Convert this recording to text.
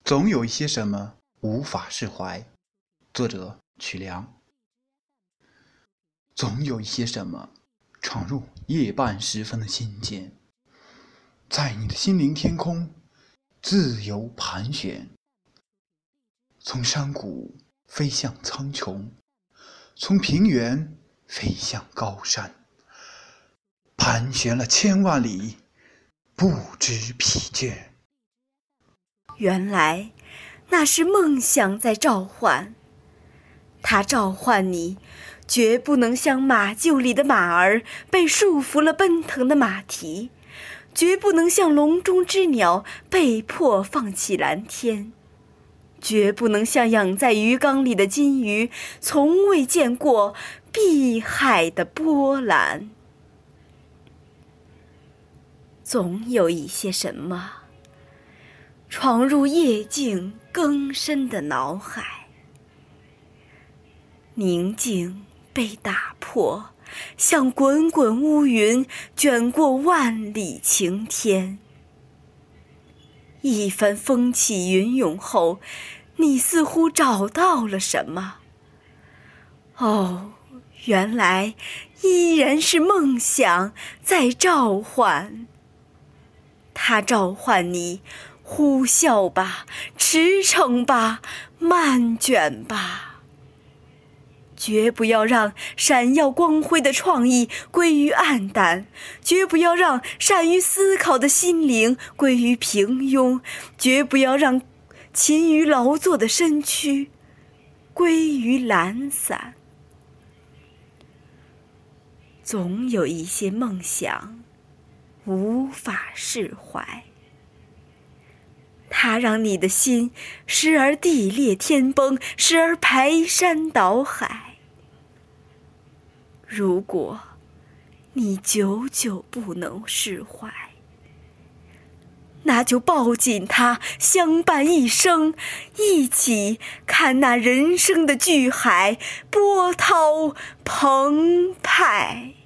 总有一些什么无法释怀。作者曲梁。总有一些什么闯入夜半时分的心间，在你的心灵天空自由盘旋，从山谷飞向苍穹，从平原飞向高山，盘旋了千万里，不知疲倦。 原来那是梦想在召唤，它召唤你，绝不能像马厩里的马儿被束缚了奔腾的马蹄，绝不能像笼中之鸟被迫放弃蓝天，绝不能像养在鱼缸里的金鱼从未见过碧海的波澜。总有一些什么闯入夜静更深的脑海，宁静被打破，像滚滚乌云卷过万里晴天。一番风起云涌后，你似乎找到了什么。哦，原来依然是梦想在召唤，它召唤你，呼啸吧，驰骋吧，漫卷吧，绝不要让闪耀光辉的创意归于黯淡，绝不要让善于思考的心灵归于平庸，绝不要让勤于劳作的身躯归于懒散。总有一些梦想无法释怀，它让你的心时而地裂天崩，时而排山倒海。如果你久久不能释怀，那就抱紧它，相伴一生，一起看那人生的巨海波涛澎湃。